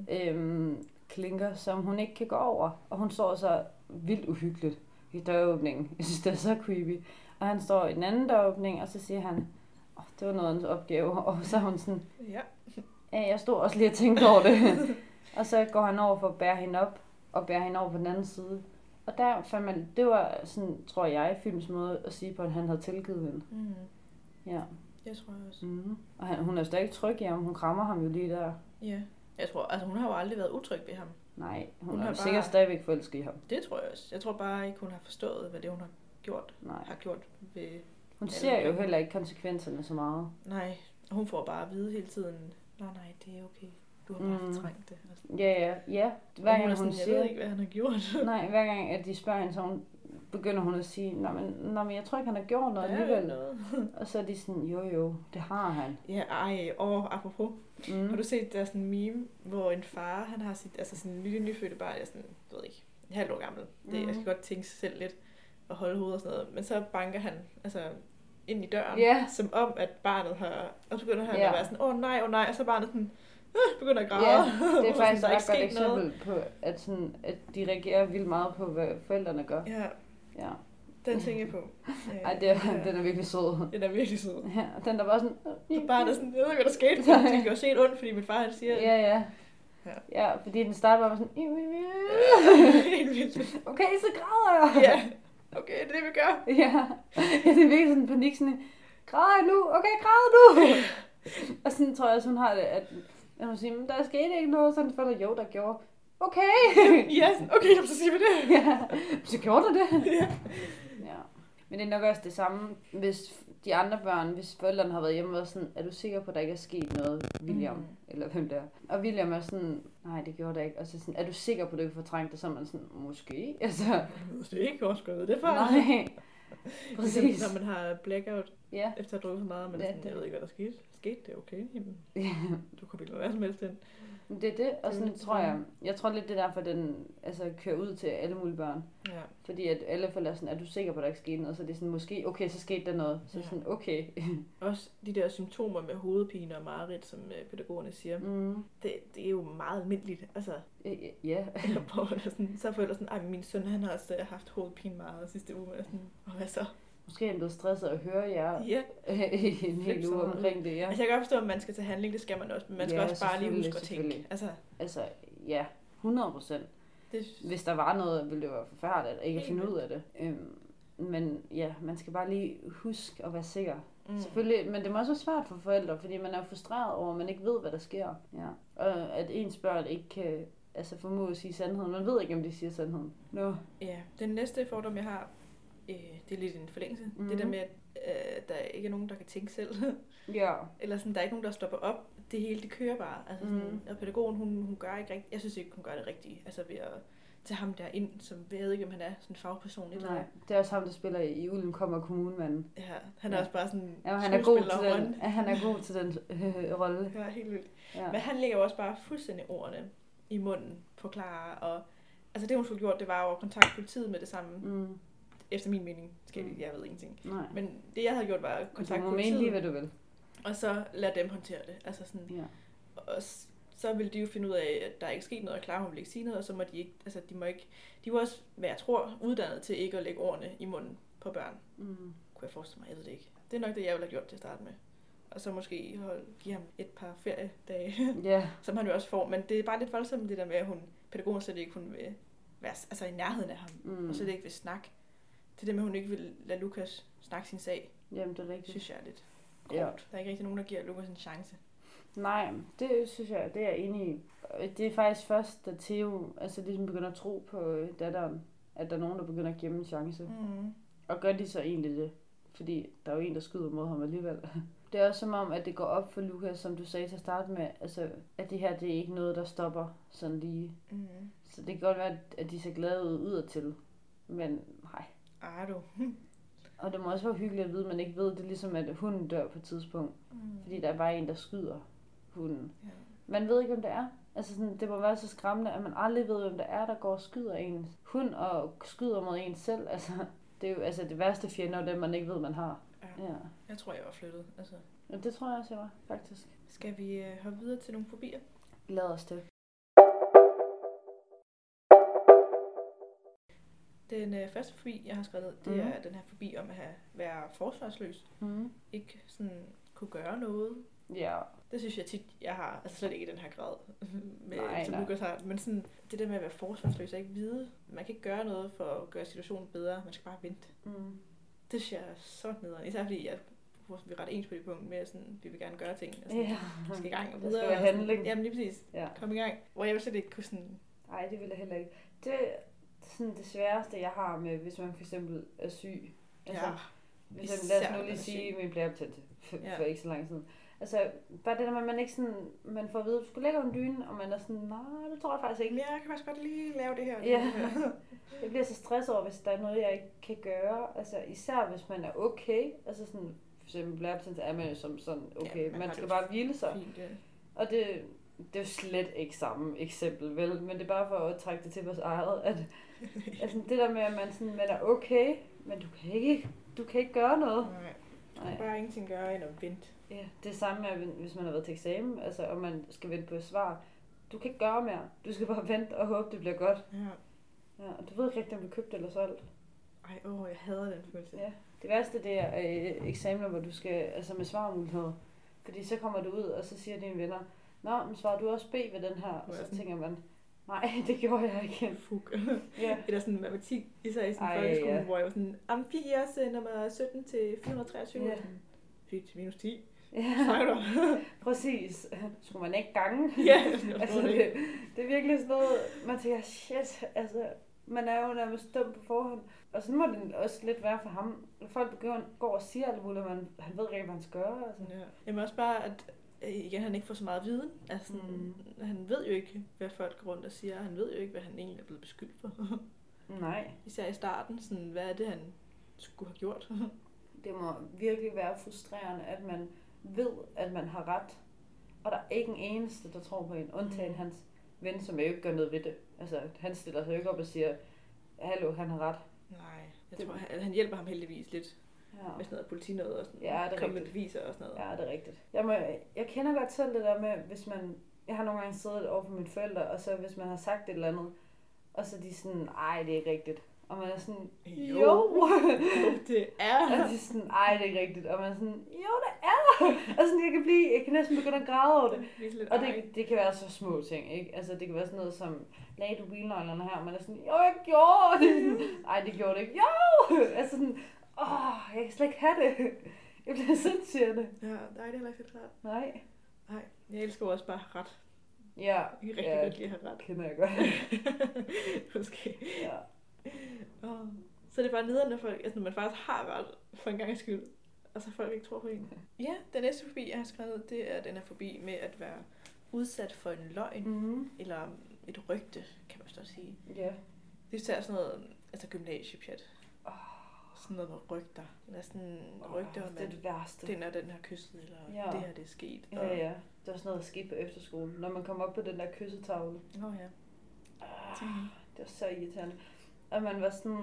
klinker, som hun ikke kan gå over, og hun står så vildt uhyggeligt i døråbningen. Jeg synes, det er så creepy. Og han står i den anden døråbning, og så siger han, det var noget af en opgave, og så er hun sådan, Ja. ja, jeg stod også lige og tænkte over det. Og så går han over for at bære hende op, og bære hende over på den anden side. Og der fandt man, det var sådan, tror jeg, films måde at sige på, at han havde tilgivet hende. Mm. Ja. Det tror jeg også. Mm. Og hun er stadig tryg i ham, hun krammer ham jo lige der. Ja. Jeg tror, altså hun har jo aldrig været utryg ved ham. Nej, hun Hun er har jo bare- sikkert stadigvæk forelsket i ham. Det tror jeg også. Jeg tror bare ikke, hun har forstået, hvad det hun har gjort. Nej. Har gjort ved... Hun ser jo heller ikke konsekvenserne så meget. Nej, hun får bare at vide hele tiden, nej, det er okay. Du har bare fortrængt det. Ja. Hver Og gang er sådan, hun jeg siger, ved ikke, hvad han har gjort. nej, hver gang at de spørger hende, så begynder hun at sige, nej, men jeg tror ikke, han har gjort noget Der er jo alligevel. noget. Og så er de sådan, jo, det har han. Ja, apropos. Har du set, der er sådan en meme, hvor en far, han har sit, altså sådan en lille nyfødte barn, jeg er sådan, jeg ved ikke, en halv år gammel. Det, jeg skal godt tænke sig selv lidt og holde hovedet og sådan noget. Men så banker han altså ind i døren, som om, at barnet har, og så begynder han at være sådan, åh nej, og så er barnet sådan, begynder at græde. Ja, det er faktisk der et ikke ret godt sket noget. eksempel på, at de reagerer vildt meget på, hvad forældrene gør. Ja, den tænker jeg på. Ej, den er virkelig sød. Den er virkelig sød. Ja, den der var sådan... Så barnet er sådan, jeg ved ikke, hvad der skete, for det kan jo se ondt, fordi min far han siger... Ja, fordi den starter bare med sådan... helt vildt. Okay, så græder jeg. Ja, okay, det er det, vi gør. Ja, det er virkelig sådan en panik, sådan, græder jeg nu? Okay, græder du? Og sådan tror jeg også, hun har det, at hun siger, men der skete ikke noget, sådan for jo, der gjorde. Okay. Ja, okay, så siger vi det. Ja, så gjorde der det. Ja. Ja. Men det er nok også det samme, hvis de andre børn, hvis forældrene har været hjemme og været sådan, er du sikker på, at der ikke er sket noget, William? Eller hvem det er. Og William er sådan, nej, det gjorde der ikke. Og så sådan, er du sikker på, at du ikke fortrængt det? Så er man sådan, måske. Altså, Det er ikke også gået, det er for. nej. Præcis. Når man har blackout Ja. efter at have drukket for meget, men Ja, sådan, det- jeg ved ikke, hvad der skete. Skete det okay? Jamen, Ja. du kan bilde hvad som helst ind. Det er det, og sådan lidt tror jeg tror lidt det er derfor, den altså, kører ud til alle mulige børn. Ja. Fordi at alle forældre er sådan, er du sikker på, at der ikke skete noget? Så det er sådan, måske, okay, så skete der noget. Så Ja. sådan, okay. Også de der symptomer med hovedpine og mareridt, som pædagogerne siger, det er jo meget almindeligt. Altså, Ja. så er forældre sådan, min søn han har også haft hovedpine meget sidste uge. Og sådan, og hvad så? Måske er han blevet stresset at høre jer Ja. i en hel uge omkring det, ja. Altså jeg kan godt forstå, at man skal tage handling, det skal man også, men man skal også bare lige huske at tænke. selvfølgelig. Altså, Ja, 100%. det, Hvis der var noget, ville det være forfærdeligt at ikke at finde ud af det. Men ja, man skal bare lige huske at være sikker. Selvfølgelig, men det må også være svært for forældre, fordi man er frustreret over, at man ikke ved, hvad der sker. Ja. Og at ens børn ikke kan formå at sige sandheden. Man ved ikke, om de siger sandheden. No. Ja, den næste fordom, jeg har, det er lidt en forlængelse. Det der med, at der ikke er nogen, der kan tænke selv. Ja. Eller sådan, der er ikke nogen, der stopper op. Det hele, det kører bare. Altså sådan, og pædagogen, hun gør ikke rigtigt. Jeg synes ikke, hun gør det rigtigt. Altså ved at tage ham der ind, som jeg ved ikke, om han er sådan en fagperson. Nej, det er også ham, der spiller i Ulden kommer kommunemanden. Ja, han er også bare sådan ja, han er god til den rolle. Ja, helt vildt. Ja. Men han lægger jo også bare fuldstændig ordene i munden på Clara. Og altså det, hun skulle gjort, det var jo at kontakte politiet med det samme. Efter min mening. Jeg ved ingenting. Nej. Men det, jeg havde gjort, var at kontakte politiet. Du må mene lige, hvad du vil. Og så lade dem håndtere det. Altså sådan, ja. Og så ville de jo finde ud af, at der ikke er sket noget, og Clara hun ville ikke sige noget, og så må de ikke, altså de var også, hvad jeg tror, uddannet til ikke at lægge ordene i munden på børn. Kunne jeg forestille mig, jeg ved det ikke. Det er nok det, jeg ville have gjort til at starte med. Og så måske give ham et par feriedage, som han jo også får. Men det er bare lidt voldsomt det der med, at pædagogen slet ikke kunne være altså i nærheden af ham, og slet ikke vil snakke. Det der med, at hun ikke vil lade Lukas snakke sin sag. Jamen, det er rigtigt. Synes jeg er lidt kort. Ja. Der er ikke rigtig nogen, der giver Lukas en chance. Nej, det synes jeg, det er jeg enig i. Det er faktisk først, da Theo ligesom begynder at tro på datteren, at der er nogen, der begynder at gemme en chance. Og gør de så egentlig det? Fordi der er jo en, der skyder mod ham alligevel. Det er også som om, at det går op for Lukas, som du sagde til at starte med, altså, at det her, det er ikke noget, der stopper sådan lige. Så det kan godt være, at de ser glade ud udadtil. Men nej. Og det må også være hyggeligt at vide, at man ikke ved, det er ligesom, at hunden dør på et tidspunkt. Fordi der er bare en, der skyder hunden. man ved ikke, hvem det er. Altså sådan, det må være så skræmmende, at man aldrig ved, hvem det er, der går og skyder ens hund og skyder mod en selv. Altså, det er jo altså det værste fjender, og dem man ikke ved, man har. Ja. Jeg tror, jeg var flyttet. Altså. Ja, det tror jeg også, jeg var, faktisk. Skal vi hoppe videre til nogle fobier? Lad os det. Den første fobi, jeg har skrevet ned, det er den her fobi om at være forsvarsløs. Ikke sådan kunne gøre noget. Ja. Det synes jeg tit, jeg har. Altså slet ikke i den her grad, Nej. Lukas har. Men sådan, det der med at være forsvarsløs og ikke vide. Man kan ikke gøre noget for at gøre situationen bedre. Man skal bare vente. Det synes jeg er så nederen. Især fordi, vi er ret ens på det punkt med, at vi vil gerne gøre ting. Altså, vi skal i gang og videre. Der skal være handling. Jamen lige præcis. Ja. Kom i gang. Hvor jeg vil slet ikke kunne sådan... Nej, det vil jeg heller ikke. Det er sådan det sværeste, jeg har med, hvis man for eksempel er syg. Altså, lad os nu lige sige, at min blærebetændelse for ikke så lang tid. Altså, bare det der med, at man ikke sådan, man får at vide, at du skulle lægge en dyne, og man er sådan, nej, det tror jeg faktisk ikke. Men jeg kan faktisk godt lige lave det her. Ja. Jeg bliver så stresset over, hvis der er noget, jeg ikke kan gøre. Altså, især hvis man er okay. Altså sådan, for eksempel blærebetændelse er man jo som sådan, okay, man skal bare hvile sig. Fint, ja. Og det er jo slet ikke samme eksempel, vel? Men det er bare for at trække det til vores eget, at altså, det der med, at man er okay, men du kan ikke gøre noget. Nej. Bare ingenting gøre end at vente. Ja, det er samme med, hvis man har været til eksamen, altså, og man skal vente på et svar. Du kan ikke gøre mere. Du skal bare vente og håbe, det bliver godt. Ja, og du ved ikke rigtig, om du købte eller solgt. Jeg hader den følelse. Ja, det værste, det er eksamener, hvor du skal, altså med svarmuligheder. Fordi så kommer du ud, og så siger dine venner, nå, men svarer du også B ved den her? Og så tænker man, nej, det gjorde jeg ikke. Fuck. Ja. Eller sådan matematik, især i sådan folkeskolen, hvor jeg var sådan, pig i os nummer 17 til 423. Ja. 4 til minus 10. Ja, præcis. Skulle man ikke gange? Ja, altså, det er virkelig sådan noget, man tænker, shit, altså, man er jo nærmest dum på forhånd. Og sådan må det også lidt være for ham. Folk går og siger alt muligt, han ved ikke, hvad han skal gøre. Altså. Ja. Jamen også bare, at igen, han ikke får så meget viden. Altså, han ved jo ikke, hvad folk går rundt og siger. Han ved jo ikke, hvad han egentlig er blevet beskyldt for. Nej. Især i starten, sådan, hvad er det, han skulle have gjort? Det må virkelig være frustrerende, at man ved, at man har ret. Og der er ikke en eneste, der tror på en, undtagen hans ven, som jo ikke gør noget ved det. Altså, han stiller sig jo ikke op og siger, hallo, han har ret. Nej, jeg tror, han hjælper ham heldigvis lidt. Ja. Med sådan noget politinød og sådan noget. Ja, komme med beviser og sådan noget. Ja, det er rigtigt. Jeg kender godt selv det der med, hvis man... Jeg har nogle gange siddet over for mine forældre, og så hvis man har sagt et eller andet, og så er de sådan, ej, det er ikke rigtigt. Og man er sådan, jo det er. Og de er sådan, ej, det er ikke rigtigt. Og man er sådan, jo, det er. Og sådan, jeg kan næsten begynde at græde over det. Og det kan være så små ting, ikke? Altså, det kan være sådan noget som, lagde du bilnøglerne her? Og man er sådan, jo, jeg gjorde det. Ej, det gjorde det ikke. Jo! Altså sådan, jeg kan slet ikke have det. Jeg bliver sindssygt. Ja, nej, det er heller ikke så klart. Nej. Jeg elsker også bare ret. Ja. Jeg kan rigtig godt lide at have ret. Kender jeg godt. Måske. Ja. Så det er bare nederen, når man faktisk har ret for en gang skyld, og så folk ikke tror på en. Ja, den næste fobi, jeg har skrevet, det er den her fobi med at være udsat for en løgn, eller et rygte, kan man også sige. Ja. Det er sådan noget, altså gymnasiepjat. Sådan noget med rygter. Eller sådan rygter om, det er det værste. Den her kysset, eller det her, det er sket. Ja. Det var sådan noget, der skete på efterskolen, når man kom op på den der kyssetavle. Ja. Det var så irriterende. Og man var sådan,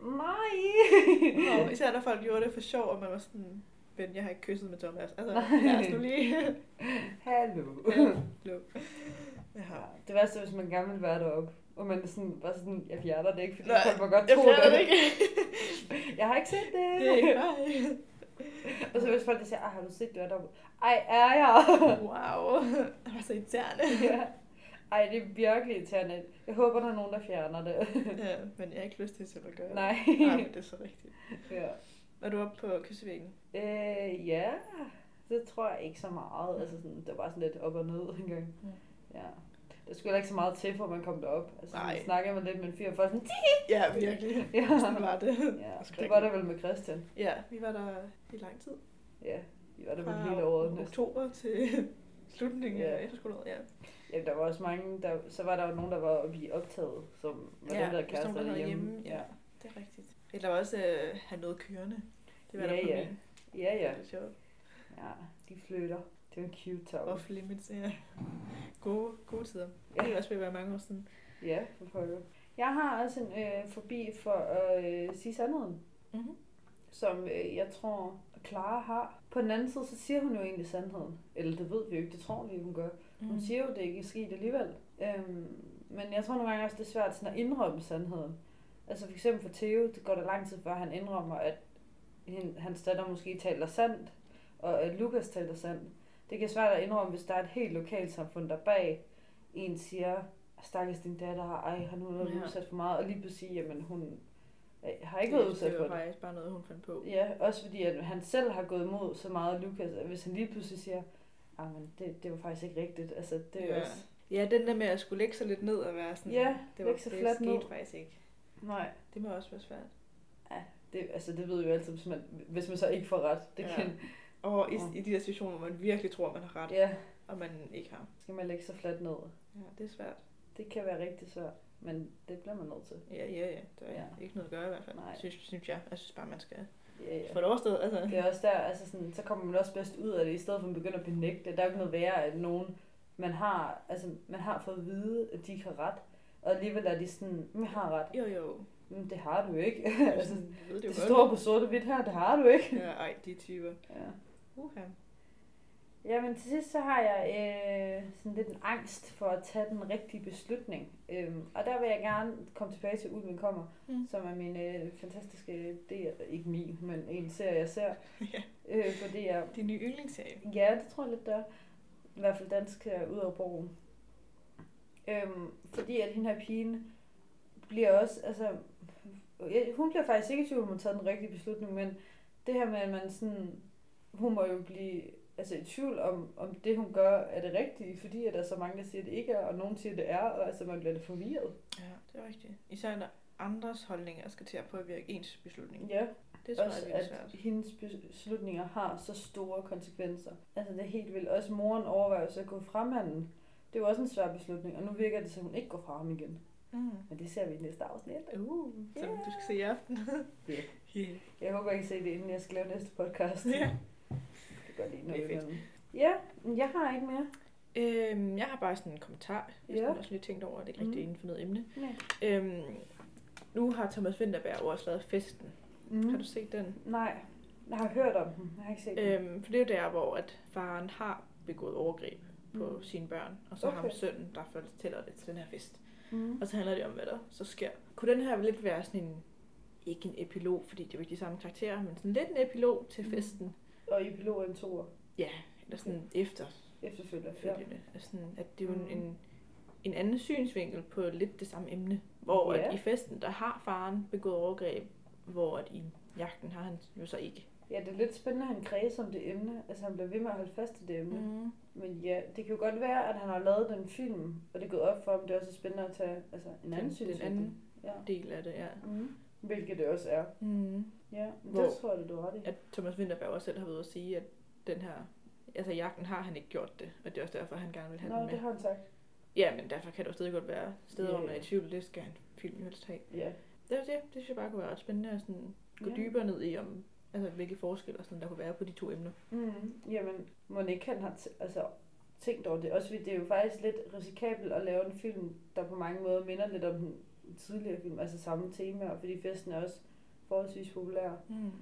nej! Især når folk gjorde det for sjov, og man var sådan, men jeg har ikke kysset med Thomas. Altså, lad os nu lige. Hallo. Ja. Det værste er, hvis man gerne vil være deroppe, og man var sådan, jeg fjerner det ikke, fordi folk må godt tro det. Jeg fjerner det ikke. Jeg har ikke set det. Det er ikke mig. Og så hvis folk siger, har du set det deroppe? Ej, er jeg? Wow. Det var så irriterende. Ja. Ej, det er virkelig irriterende. Jeg håber, der er nogen, der fjerner det. Ja, men jeg har ikke lyst til selv at gøre det. Nej. Men det er så rigtigt. Ja. Er du oppe på kyssevæggen? Ja. Det tror jeg ikke så meget. Altså sådan, det var bare sådan lidt op og ned en gang. Ja. Der skulle ikke så meget til, for man kom derop. Altså, så snakkede man lidt med en fyr, og folk sådan, ja, virkelig. Ja. Sådan var det. Ja. Det var der vel med Christian. Ja, vi var der i lang tid. Ja, vi var der vel hele året. Fra oktober til slutningen af efterskoleåret, ja. Ja, der var også mange, så var der jo nogen, der var oppe i optaget, som var dem, der kærester derhjemme. Ja, det er rigtigt. Eller der var også have noget kørende. Det var der på min. Ja. Det er sjovt. Ja, de flytter. Det var en cute tavle. Off limits, ja. Gode tider. Ja. Det er også ved at være mange år siden. Ja, for pokker. Jeg har også en forbi for at sige sandheden, Mm-hmm. som jeg tror, Clara har. På den anden side, så siger hun jo egentlig sandheden. Eller det ved vi jo ikke, det tror vi, hun gør. Hun siger jo, det ikke er sket alligevel. Men jeg tror nogle gange også, det er svært sådan at indrømme sandheden. Altså for eksempel for Theo, det går der lang tid før han indrømmer, at hans datter måske taler sandt, og at Lukas taler sandt. Det kan være svært at indrømme, hvis der er et helt lokalsamfund, der bag en siger, stakkels din datter, har hun været udsat for meget, og lige pludselig, jamen hun har ikke været udsat for det. Det var faktisk bare noget, hun fandt på. Ja, også fordi at han selv har gået imod så meget af Lukas, at hvis han lige pludselig siger, men det var faktisk ikke rigtigt. Altså, det er også... Ja, den der med at skulle lægge sig lidt ned og være sådan... Ja, det var lægge sig fladt ned. Det skete faktisk ikke. Nej. Det må også være svært. Ja, det ved vi jo altid, hvis man så ikke får ret. Det kan... Og i de der situationer, hvor man virkelig tror, man har ret, ja. Og man ikke har. Skal man lægge sig fladt ned. Ja, det er svært. Det kan være rigtig svært, men det bliver man nødt til. Ja. Der er ikke noget at gøre i hvert fald. Nej. Synes jeg. Jeg synes bare, man skal Ja. få det overstået. Altså. Det er også der, altså sådan, så kommer man også bedst ud af det, i stedet for at man begynder at benægte. Der er jo ikke noget værre, at nogen, man har fået at vide, at de ikke har ret, og alligevel er de sådan, jeg har ret. Jo. Men det har du ikke. Altså, det godt. står på sort og hvidt her, det har du ikke. Ja, ej, de typer. Ja. Ja, men til sidst så har jeg sådan lidt en angst for at tage den rigtige beslutning. Og der vil jeg gerne komme tilbage til Ulven kommer, som er min fantastiske, det er ikke min, men en serie, jeg ser. Ja. Fordi jeg... Din nye yndlingsserie. Ja, det tror jeg lidt, der er. I hvert fald dansk ud over borgen. Fordi at hende her pigen bliver også, altså... Hun bliver faktisk ikke i tvivl, om hun tager den rigtige beslutning, men det her med, at man sådan... Hun må jo blive i tvivl om det, hun gør, er det rigtige, fordi at der er så mange, der siger, at det ikke er, og nogen siger, at det er, og altså man bliver lidt forvirret. Ja, det er rigtigt. Især når andres holdninger skal til at påvirke ens beslutning. Ja, det tror også jeg er at svært. Hendes beslutninger har så store konsekvenser. Altså det er helt vildt. Også moren overvejer så at gå fra manden. Det er jo også en svær beslutning, og nu virker det, som hun ikke går fra ham igen. Men det ser vi i næste afsnit. Som du skal se i aften. Yeah. Jeg håber, I kan se det, inden jeg skal lave næste podcast. Ja. Det gør lige noget. Det er fedt. Ja, jeg har ikke mere. Jeg har bare sådan en kommentar. Jeg har også lidt tænkt over, at det ikke rigtig inden for noget emne. Nu har Thomas Vinterberg også lavet Festen. Har du set den? Nej, jeg har hørt om den. Jeg har ikke set den. For det er jo der, hvor at faren har begået overgreb på sine børn. Og så har ham sønnen, der fortæller det til den her fest. Og så handler det om, hvad der så sker. Kunne den her lidt være sådan en, ikke en epilog, fordi det er jo ikke de samme karakterer, men sådan lidt en epilog til festen. Og epilog er en toer. Ja, eller sådan efterfølgende. Ja. Sådan, at det er jo en anden synsvinkel på lidt det samme emne. Hvor at i festen, der har faren begået overgreb, hvor at i jagten har han jo så ikke. Ja, det er lidt spændende, at han kredser om det emne. Altså han bliver ved med at holde fast i det emne. Men ja, det kan jo godt være, at han har lavet den film, og det er gået op for ham, det er også spændende at tage en anden synsvinkel. Den anden del af det, ja. Hvilket det også er. Ja, det tror jeg, du har ret i. At Thomas Vinterberg også selv har været at sige, at den her, altså jagten har han ikke gjort det, og det er også derfor, han gerne vil have den med. Det har han sagt. Ja, men derfor kan det jo stadig godt være steder, hvor man er i tvivl, det skal han film jo helst have. Ja. Det synes jeg bare kunne være ret spændende at sådan gå dybere ned i, om hvilke forskelle sådan, der kunne være på de to emner. Jamen, Monique han har tænkt over det. Også fordi det er jo faktisk lidt risikabelt at lave en film, der på mange måder minder lidt om den tidligere film, altså samme tema, fordi festen er også forholdsvis populær.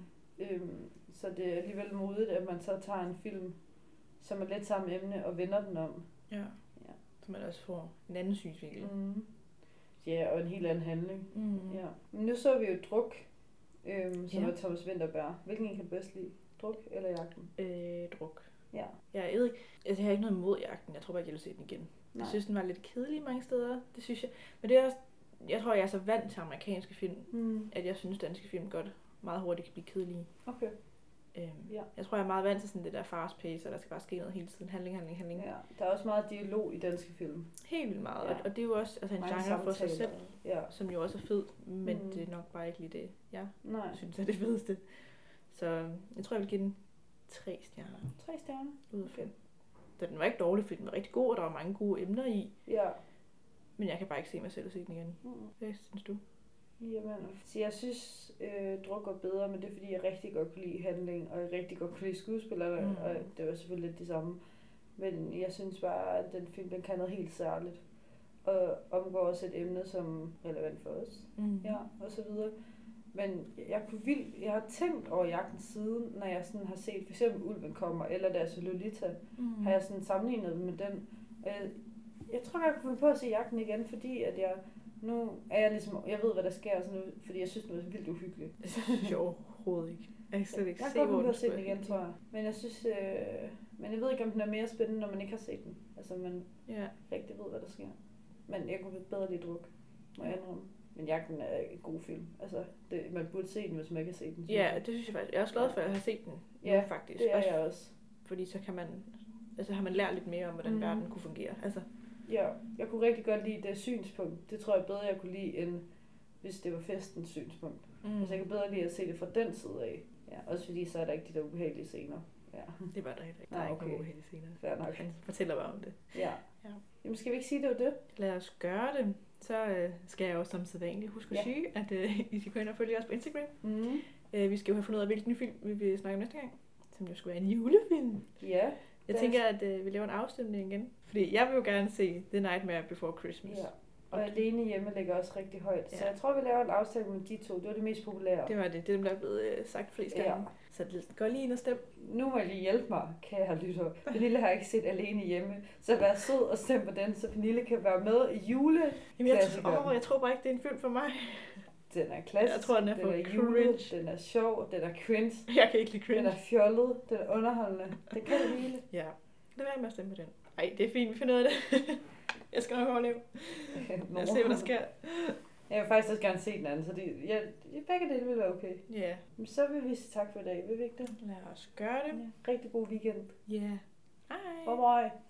Så det er alligevel modigt, at man så tager en film, som er lidt samme emne, og vender den om. Ja. Så man også får en anden synsvinkel. Ja, og en helt anden handling. Ja. Men nu så vi jo Druk, som er Thomas Vinterberg. Hvilken en kan du bedst lide? Druk eller Jagten? Druk. Ja. Jeg ved ikke, jeg har ikke noget imod Jagten. Jeg tror bare, jeg vil se den igen. Nej. Jeg synes, den var lidt kedelig mange steder. Det synes jeg. Men det er også, jeg tror, jeg er så vant til amerikanske film, at jeg synes, danske film godt meget hurtigt kan blive kedelige. Okay. Jeg tror, jeg er meget vant til sådan det der fast pace, og der skal bare ske noget hele tiden. Handling. Ja, der er også meget dialog i danske film. Helt vildt meget. Ja. Og det er jo også en genre for sig selv, som jo også er fed, men det er nok bare ikke lige det, jeg synes er det fedeste. Så jeg tror, jeg vil give den 3 stjerner. 3 stjerner? Ud af 5. Så den var ikke dårlig, fordi den var rigtig god, og der var mange gode emner i. Ja. Men jeg kan bare ikke se mig selv og se den igen. Hvad synes du? Jamen, så jeg synes, Druk var bedre, men det er fordi, jeg rigtig godt kunne lide handling, og jeg rigtig godt kunne lide skuespillerne, og det var selvfølgelig lidt de samme. Men jeg synes bare, at den film, den kan noget helt særligt. Og omgår også et emne, som er relevant for os. Ja, og så videre. Men jeg har tænkt over Jagten siden, når jeg sådan har set for eksempel Ulven kommer, eller der så Lolita, har jeg sådan sammenlignet med den. Jeg tror, jeg kunne finde på at se Jagten igen, fordi at nu er jeg ligesom, jeg ved, hvad der sker, sådan noget, fordi jeg synes, det var vildt uhyggeligt. Det synes jeg overhovedet ikke. Jeg kan slet ikke jeg se, hvor den se den igen, tror jeg. Men jeg synes, men jeg ved ikke, om den er mere spændende, når man ikke har set den. Altså, man rigtig ved, hvad der sker. Men jeg kunne bedre lide Druk, må jeg indrømme. Men Jagten er en god film. Altså, man burde se den, hvis man ikke har set den. Ja, det synes jeg faktisk. Jeg er også glad for, at jeg har set den nu, faktisk. Det er jeg også. Fordi så kan man, altså har man lært lidt mere om, hvordan verden kunne fungere. Altså. Ja, jeg kunne rigtig godt lide det synspunkt. Det tror jeg bedre, jeg kunne lide, end hvis det var festens synspunkt. Altså, jeg kan bedre lide at se det fra den side af. Ja, også fordi så er der ikke de der ubehagelige scener. Ja. Det var der ikke. Der er ikke nogen ubehagelige scener. Fair nok. Han fortæller bare om det. Ja. Jamen, skal vi ikke sige, det var det? Lad os gøre det. Så skal jeg også som sædvanligt huske at sige, at I skal gå ind og følge os på Instagram. Vi skal jo have fundet ud af, hvilken film vi vil snakke om næste gang. Som jo skulle være en julefilm. Ja. Jeg tænker, at vi laver en afstemning igen. Fordi jeg vil jo gerne se The Nightmare Before Christmas. Ja. Og Alene Hjemme ligger også rigtig højt. Så jeg tror, vi laver en afstemning med de to. Det var det mest populære. Det var det. Det er dem, der er blevet sagt flest gange. Så gå lige ind og stem. Nu må jeg lige hjælpe mig, kære lytter. Pernille har ikke set Alene Hjemme. Så vær sød og stem på den, så Pernille kan være med i juleklassikeren. Jeg tror bare ikke, det er en film for mig. Den er klassisk. Jeg tror, den er for cringe. Den er sjov. Den er cringe. Jeg kan ikke lide cringe. Den er fjollet. Den er underholdende. Det kan det hele. Ja. Lad være med at stemme på den. Ej, det er fint. Vi finder ud af det. Jeg skal nok overleve. Lad os se, hvad der sker. Jeg vil faktisk også gerne se den anden, så begge dele vil være okay. Ja. Men så vil vi sige tak for i dag. Vil vi ikke det? Lad os gøre det. Ja. Rigtig god weekend. Ja. Hej. Bye bye.